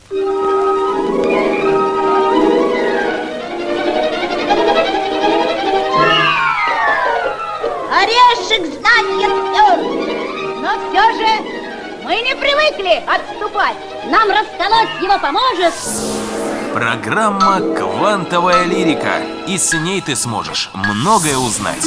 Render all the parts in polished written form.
Орешек знания твердый, но все же мы не привыкли отступать. Нам расколоть его поможет программа «Квантовая лирика». И с ней ты сможешь многое узнать.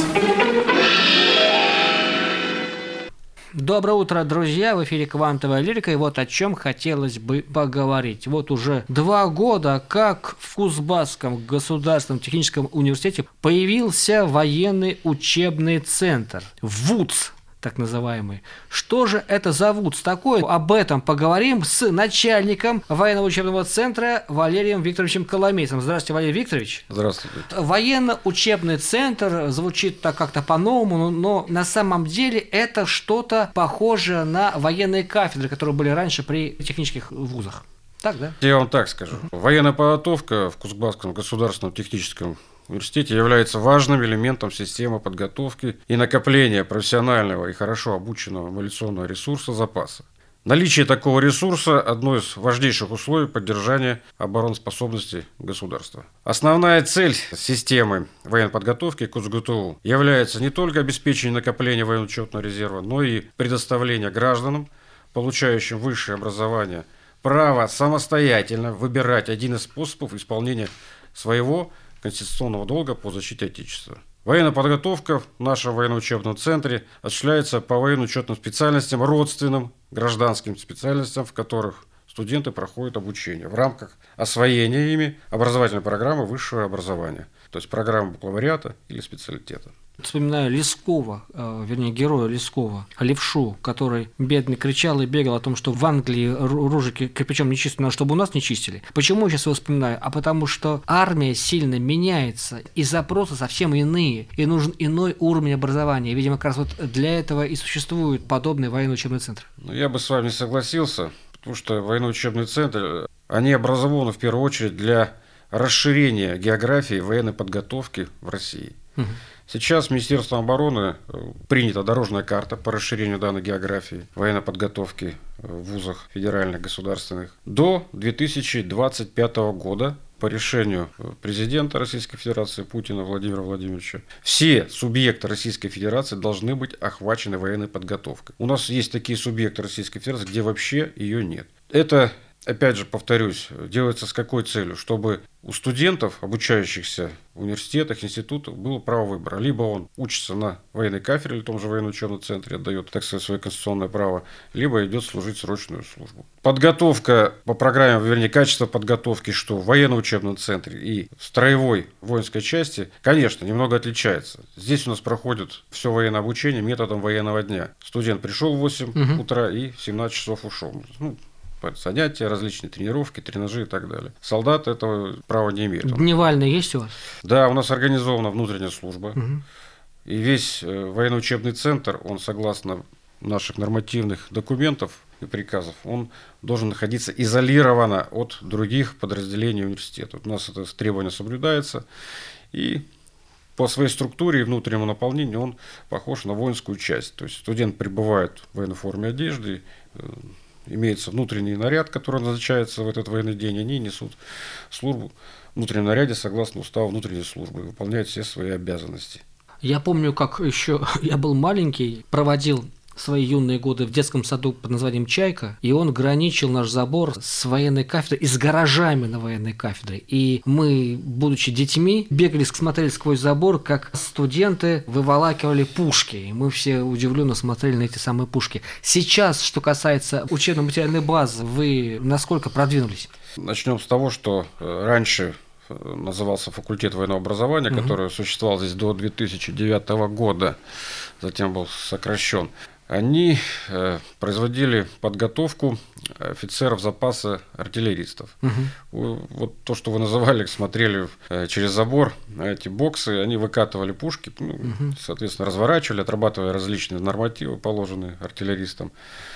Доброе утро, друзья! В эфире «Квантовая лирика», и вот о чем хотелось бы поговорить. Вот уже 2 года, как в Кузбасском государственном техническом университете появился военный учебный центр, ВУЦ, так называемый. Что же это за ВУЦ такой? Об этом поговорим с начальником военного учебного центра Валерием Викторовичем Коломейцем. Здравствуйте, Валерий Викторович. Здравствуйте. Военно-учебный центр звучит так как-то по-новому, но на самом деле это что-то похожее на военные кафедры, которые были раньше при технических вузах. Так, да? Я вам так скажу. Военная подготовка в Кузбасском государственном техническом университете является важным элементом системы подготовки и накопления профессионального и хорошо обученного мобилизационного ресурса запаса. Наличие такого ресурса – одно из важнейших условий поддержания обороноспособности государства. Основная цель системы военной подготовки КУЦГТУ является не только обеспечение накопления военно-учетного резерва, но и предоставление гражданам, получающим высшее образование, право самостоятельно выбирать один из способов исполнения своего конституционного долга по защите Отечества. Военная подготовка в нашем военно-учебном центре осуществляется по военно-учетным специальностям, родственным гражданским специальностям, в которых студенты проходят обучение в рамках освоения ими образовательной программы высшего образования, то есть программы бакалавриата или специалитета. Вспоминаю Лескова, вернее, героя Лескова, Левшу, который бедный кричал и бегал о том, что в Англии ружья кирпичом не чистят, но чтобы у нас не чистили. Почему я сейчас его вспоминаю? А потому что армия сильно меняется, и запросы совсем иные, и нужен иной уровень образования. Видимо, как раз вот для этого и существует подобный военно-учебный центр. Я бы с вами согласился, потому что военно-учебный центр, они образованы в первую очередь для расширения географии военной подготовки в России. Сейчас Министерством обороны принята дорожная карта по расширению данной географии военной подготовки в вузах федеральных, государственных до 2025 года по решению президента Российской Федерации Путина Владимира Владимировича. Все субъекты Российской Федерации должны быть охвачены военной подготовкой. У нас есть такие субъекты Российской Федерации, где вообще ее нет. Это, опять же, повторюсь, делается с какой целью? Чтобы у студентов, обучающихся в университетах, институтах, было право выбора. Либо он учится на военной кафедре, или в том же военно-учебном центре, отдает, так сказать, свое конституционное право, либо идет служить срочную службу. Подготовка по программе, вернее, качество подготовки, что в военно-учебном центре и в строевой воинской части, конечно, немного отличается. Здесь у нас проходит все военное обучение методом военного дня. Студент пришел в 8 утра и в 17 часов ушел. Занятия, различные тренировки, тренажи и так далее. Солдат этого права не имеет. Дневальный есть у вас? Да, у нас организована внутренняя служба. И весь военно-учебный центр, он согласно наших нормативных документов и приказов, он должен находиться изолированно от других подразделений университета. У нас это требование соблюдается. И по своей структуре и внутреннему наполнению он похож на воинскую часть. То есть студент прибывает в военной форме одежды, имеется внутренний наряд, который назначается в этот военный день, они несут службу в внутреннем наряде согласно уставу внутренней службы и выполняют все свои обязанности. Я помню, как еще я был маленький, проводил свои юные годы в детском саду под названием «Чайка», и он граничил наш забор с военной кафедрой и с гаражами на военной кафедре. И мы, будучи детьми, бегали, смотрели сквозь забор, как студенты выволакивали пушки. И мы все удивленно смотрели на эти самые пушки. Сейчас, что касается учебно-материальной базы, вы насколько продвинулись? Начнем с того, что раньше назывался факультет военного образования, который существовал здесь до 2009 года, затем был сокращен. Они производили подготовку офицеров запаса артиллеристов. Вот то, что вы называли, смотрели через забор, эти боксы, они выкатывали пушки, соответственно, разворачивали, отрабатывая различные нормативы, положенные артиллеристам.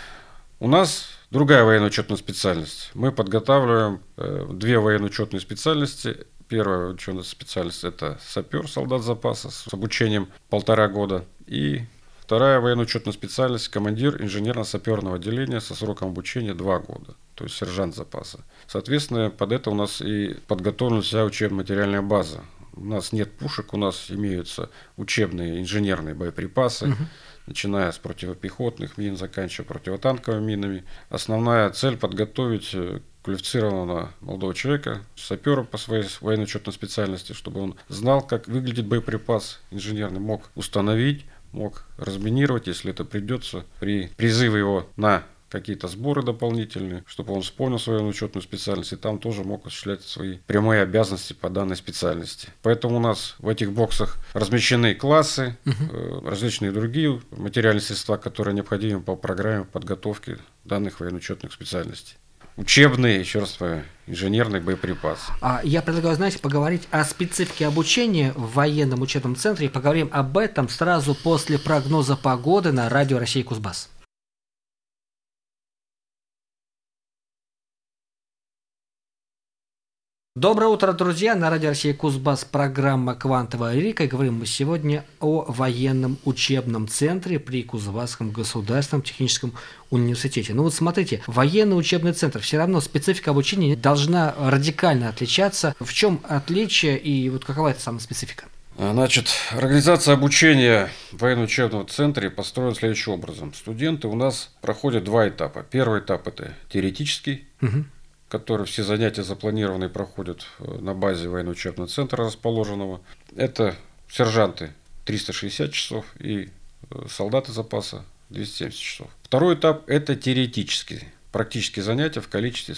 У нас другая военно-учетная специальность. Мы подготавливаем 2 военно-учетные специальности. Первая учетная специальность – это сапер, солдат запаса с обучением 1,5 года. И вторая военно-учетная специальность – командир инженерно-саперного отделения со сроком обучения 2 года. то есть сержант запаса. Соответственно, под это у нас и подготовлена вся учебно-материальная база. У нас нет пушек, у нас имеются учебные инженерные боеприпасы, начиная с противопехотных мин, заканчивая противотанковыми минами. Основная цель – подготовить квалифицированного молодого человека, сапера по своей военно-учетной специальности, чтобы он знал, как выглядит боеприпас инженерный, мог установить, мог разминировать, если это придется, при призыве его на какие-то сборы дополнительные, чтобы он вспомнил свою учетную специальность и там тоже мог осуществлять свои прямые обязанности по данной специальности. Поэтому у нас в этих боксах размещены классы, различные другие материальные средства, которые необходимы по программе подготовки данных военно-учетных специальностей. Учебные, еще раз говорю, инженерный боеприпас. Я предлагаю, знаете, поговорить о специфике обучения в военном учебном центре. И поговорим об этом сразу после прогноза погоды на радио России Кузбасс. Доброе утро, друзья! На радио России Кузбасс программа «Квантовая лирика». И говорим мы сегодня о военном учебном центре при Кузбасском государственном техническом университете. Ну вот смотрите, военный учебный центр, все равно специфика обучения должна радикально отличаться. В чем отличие и вот какова эта самая специфика? Значит, организация обучения в военно-учебном центре построена следующим образом. Студенты у нас проходят два этапа. Первый этап – это теоретический, который все занятия запланированные проходят на базе военно-учебного центра расположенного. Это сержанты 360 часов и солдаты запаса 270 часов. Второй этап – это теоретические, практические занятия в количестве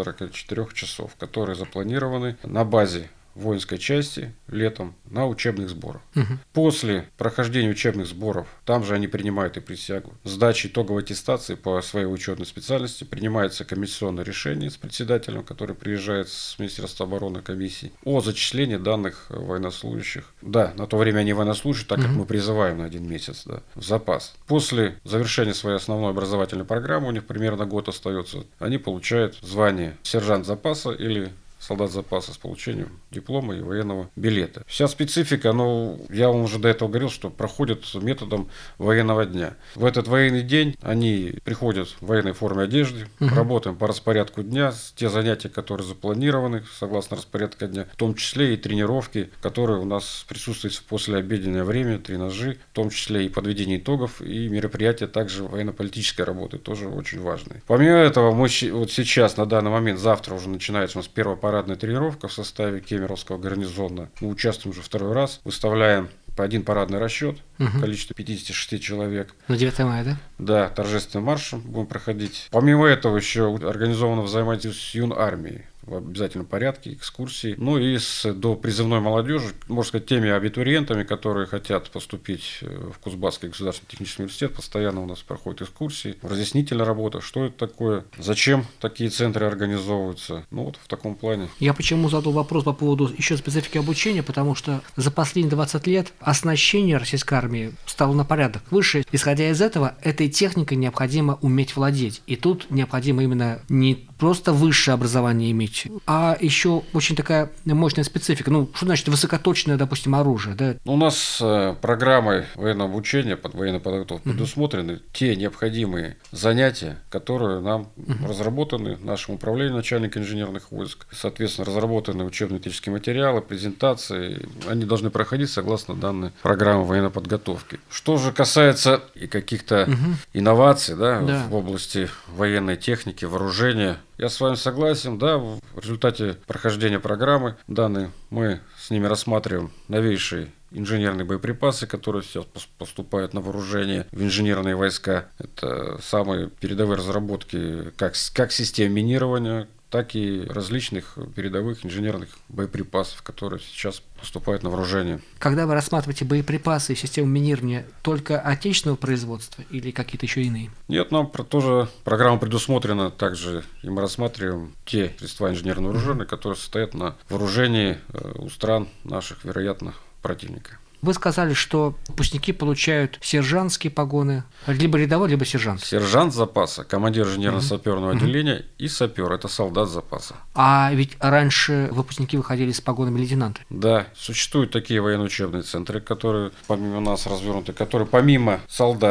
144 часов, которые запланированы на базе воинской части летом на учебных сборах. После прохождения учебных сборов, там же они принимают и присягу, сдачи итоговой аттестации по своей учетной специальности, принимается комиссионное решение с председателем, который приезжает с Министерства обороны комиссии, о зачислении данных военнослужащих. Да, на то время они военнослужащие, так как мы призываем на 1 месяц в запас. После завершения своей основной образовательной программы, у них примерно год остается, они получают звание сержант запаса или солдат запаса с получением диплома и военного билета. Вся специфика, я вам уже до этого говорил, что проходит методом военного дня. В этот военный день они приходят в военной форме одежды, работаем по распорядку дня, те занятия, которые запланированы согласно распорядку дня, в том числе и тренировки, которые у нас присутствуют в послеобеденное время, тренажи, в том числе и подведение итогов, и мероприятия также военно-политической работы, тоже очень важные. Помимо этого, мы вот сейчас, на данный момент, завтра уже начинается у нас первая парадная тренировка в составе Кемеровского гарнизона. Мы участвуем уже второй раз, выставляем по один парадный расчет в количестве 56 человек. На 9 мая, да? Да, торжественным маршем будем проходить. Помимо этого еще организовано взаимодействие с юнармией в обязательном порядке, экскурсии. И с допризывной молодежи, можно сказать, теми абитуриентами, которые хотят поступить в Кузбасский государственный технический университет. Постоянно у нас проходят экскурсии, разъяснительная работа, что это такое, зачем такие центры организовываются. Вот в таком плане. Я почему задал вопрос по поводу еще специфики обучения, потому что за последние 20 лет оснащение российской армии стало на порядок выше. Исходя из этого, этой техникой необходимо уметь владеть. И тут необходимо именно не просто высшее образование иметь, а еще очень такая мощная специфика. Что значит высокоточное, допустим, оружие? Да? У нас программой военного обучения, под военной подготовкой предусмотрены те необходимые занятия, которые нам разработаны нашим управлением начальника инженерных войск. Соответственно, разработаны учебно-методические материалы, презентации. Они должны проходить согласно данной программы военной подготовки. Что же касается и каких-то инноваций в области военной техники, вооружения, я с вами согласен, в результате прохождения программы данной мы с ними рассматриваем новейшие инженерные боеприпасы, которые сейчас поступают на вооружение в инженерные войска. Это самые передовые разработки как систем минирования, так и различных передовых инженерных боеприпасов, которые сейчас поступают на вооружение. Когда вы рассматриваете боеприпасы и систему минирования, только отечественного производства или какие-то еще иные? Нет, нам тоже программа предусмотрена, также и мы рассматриваем те средства инженерного вооружения, которые стоят на вооружении у стран наших, вероятно, противника. Вы сказали, что выпускники получают сержантские погоны, либо рядовой, либо сержант. Сержант запаса, командир инженерно-саперного отделения и сапер – это солдат запаса. А ведь раньше выпускники выходили с погонами лейтенанта. Да, существуют такие военно-учебные центры, которые помимо нас развернуты, которые помимо солдат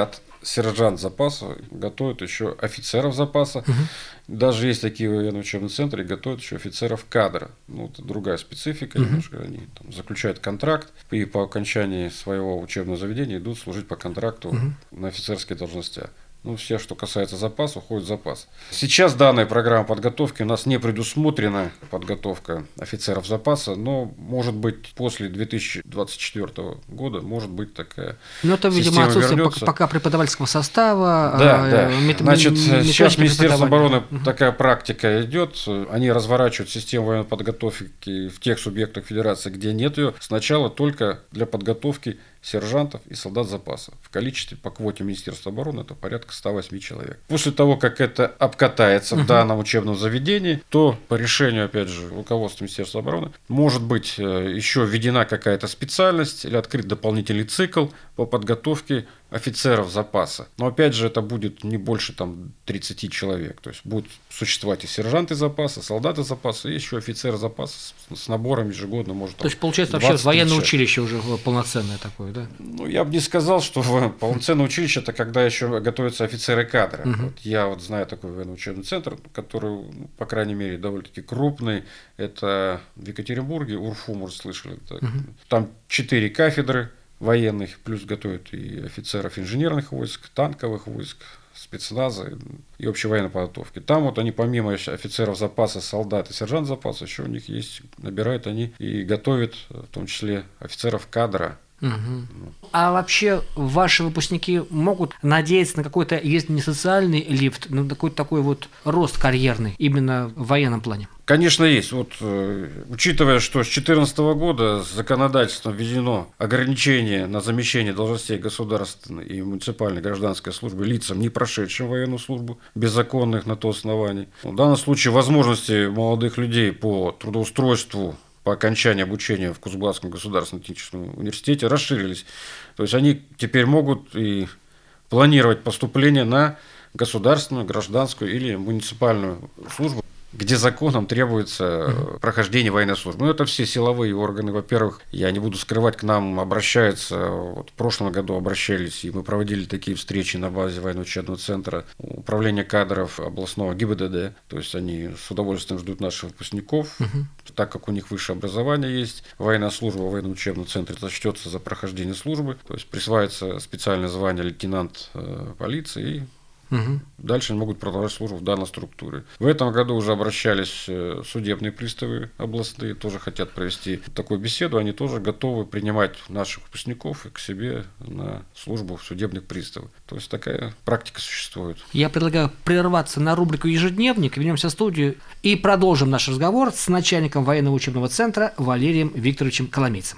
сержант запаса готовит еще офицеров запаса. Даже есть такие военные учебные центры, готовят еще офицеров кадра. Ну, это другая специфика немножко. Они там заключают контракт и по окончании своего учебного заведения идут служить по контракту на офицерские должности. Ну, все, что касается запаса, уходит в запас. Сейчас данная программа подготовки у нас не предусмотрена подготовка офицеров запаса, но, может быть, после 2024 года, может быть, такая Ну, это, видимо, отсутствие вернется. пока преподавательского состава. Да. Значит, сейчас методики Министерство преподавания. обороны такая практика идет. Они разворачивают систему военной подготовки в тех субъектах федерации, где нет ее. Сначала только для подготовки сержантов и солдат запаса. В количестве по квоте Министерства обороны это порядка 108 человек. После того, как это обкатается в данном учебном заведении, то по решению, опять же, руководства Министерства обороны, может быть еще введена какая-то специальность или открыт дополнительный цикл по подготовке офицеров запаса. Но опять же, это будет не больше там 30 человек. То есть будут существовать и сержанты запаса, солдаты запаса, и еще офицеры запаса с набором ежегодно может. То есть, получается, вообще военное училище уже полноценное такое, да? Ну, я бы не сказал, что полноценное училище это когда еще готовятся офицеры кадра. Вот я вот знаю такой военный учебный центр, который, по крайней мере, довольно-таки крупный. Это в Екатеринбурге, УРФУ, может, слышали. Там 4 кафедры военных, плюс готовят и офицеров инженерных войск, танковых войск, спецназа и общей военной подготовки. Там вот они помимо офицеров запаса, солдат и сержант запаса, еще у них есть, набирают они и готовят в том числе офицеров кадра. А вообще ваши выпускники могут надеяться на какой-то, если не социальный лифт, но какой-то такой вот рост карьерный именно в военном плане? Конечно, есть. Вот, учитывая, что с 2014 года законодательством введено ограничение на замещение должностей государственной и муниципальной гражданской службы лицам, не прошедшим военную службу, беззаконных на то основании. В данном случае возможности молодых людей по трудоустройству по окончании обучения в Кузбасском государственном техническом университете расширились. То есть они теперь могут и планировать поступление на государственную, гражданскую или муниципальную службу, где законом требуется прохождение военной службы. Ну, это все силовые органы. Во-первых, я не буду скрывать, к нам обращаются, вот в прошлом году обращались, и мы проводили такие встречи на базе военного учебного центра управления кадров областного ГИБДД. То есть они с удовольствием ждут наших выпускников, так как у них высшее образование есть. Военная служба в военном учебном центре зачтется за прохождение службы, то есть присваивается специальное звание лейтенант полиции и дальше они могут продолжать службу в данной структуре. В этом году уже обращались судебные приставы областные, тоже хотят провести такую беседу. Они тоже готовы принимать наших выпускников и к себе на службу в судебных приставах. То есть такая практика существует. Я предлагаю прерваться на рубрику «Ежедневник», вернемся в студию и продолжим наш разговор с начальником военного учебного центра Валерием Викторовичем Коломейцем.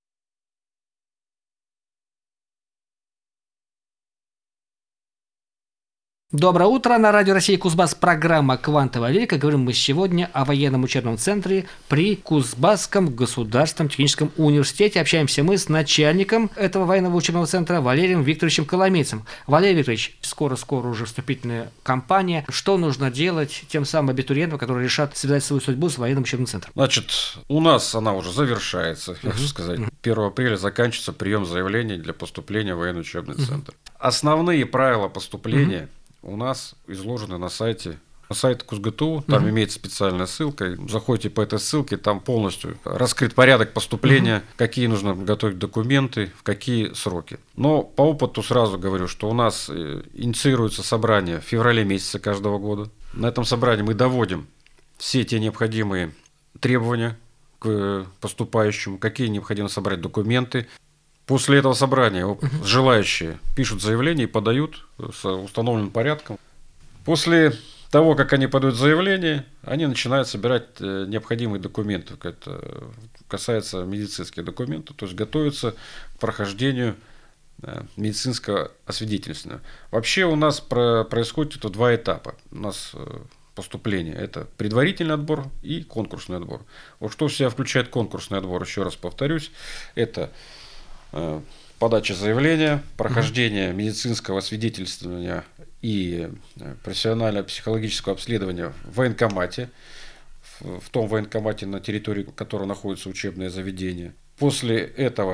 Доброе утро, на Радио России Кузбасс, программа «Квантовая лирика». Говорим мы сегодня о военном учебном центре при Кузбасском государственном техническом университете. Общаемся мы с начальником этого военного учебного центра Валерием Викторовичем Коломейцем. Валерий Викторович, скоро-скоро уже вступительная кампания. Что нужно делать тем самым абитуриентам, которые решат связать свою судьбу с военным учебным центром? Значит, у нас она уже завершается, я хочу сказать. 1 апреля заканчивается прием заявлений для поступления в военный учебный центр. Основные правила поступления у нас изложены на сайте КузГТУ, там имеется специальная ссылка, заходите по этой ссылке, там полностью раскрыт порядок поступления, какие нужно готовить документы, в какие сроки. Но по опыту сразу говорю, что у нас инициируется собрание в феврале месяце каждого года. На этом собрании мы доводим все те необходимые требования к поступающему, какие необходимо собрать документы. После этого собрания желающие пишут заявление и подают с установленным порядком. После того, как они подают заявление, они начинают собирать необходимые документы. Это касается медицинских документов, то есть готовятся к прохождению медицинского освидетельствования. Вообще у нас происходит это 2 этапа. У нас поступление – это предварительный отбор и конкурсный отбор. Вот что в себя включает конкурсный отбор, еще раз повторюсь, это подача заявления, прохождение медицинского освидетельствования и профессионально-психологического обследования в военкомате, в том военкомате, на территории которого находится учебное заведение. После этого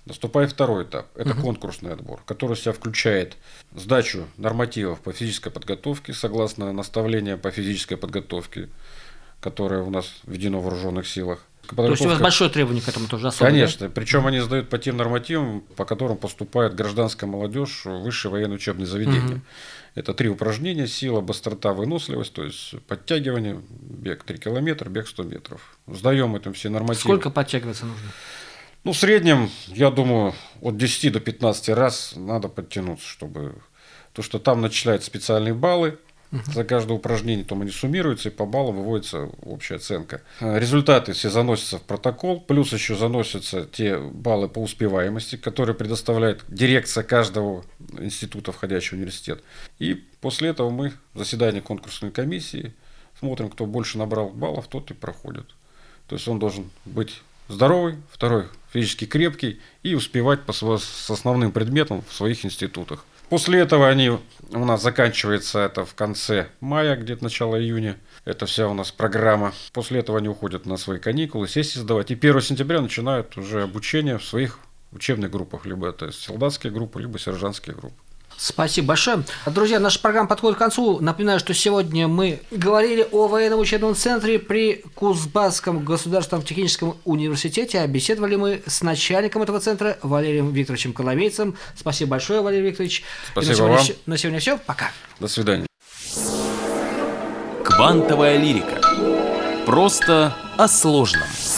Наступает второй этап. Это конкурсный отбор, который в себя включает сдачу нормативов по физической подготовке, согласно наставлениям по физической подготовке, которое у нас введено в вооруженных силах. То есть у вас большое требование к этому тоже особо? Конечно. Да? Причем они сдают по тем нормативам, по которым поступает гражданская молодежь в высшие военные учебные заведения. Это 3 упражнения: сила, быстрота, выносливость, то есть подтягивание, бег 3 километра, бег 100 метров. Сдаем этим все нормативы. Сколько подтягиваться нужно? Ну, в среднем, я думаю, от 10 до 15 раз надо подтянуться, чтобы... То, что там начисляют специальные баллы за каждое упражнение, то они суммируются, и по баллам выводится общая оценка. Результаты все заносятся в протокол, плюс еще заносятся те баллы по успеваемости, которые предоставляет дирекция каждого института, входящего в университет. И после этого мы в заседании конкурсной комиссии смотрим, кто больше набрал баллов, тот и проходит. То есть он должен быть здоровый, второй физически крепкий и успевать с основным предметом в своих институтах. После этого у нас заканчивается это в конце мая, где-то начало июня. Это вся у нас программа. После этого они уходят на свои каникулы, сессии сдавать. И 1 сентября начинают уже обучение в своих учебных группах. Либо это солдатские группы, либо сержантские группы. Спасибо большое. Друзья, наша программа подходит к концу. Напоминаю, что сегодня мы говорили о военном учебном центре при Кузбасском государственном техническом университете. А беседовали мы с начальником этого центра Валерием Викторовичем Коломейцем. Спасибо большое, Валерий Викторович. Спасибо вам. На сегодня все. Пока. До свидания. Квантовая лирика. Просто о сложном.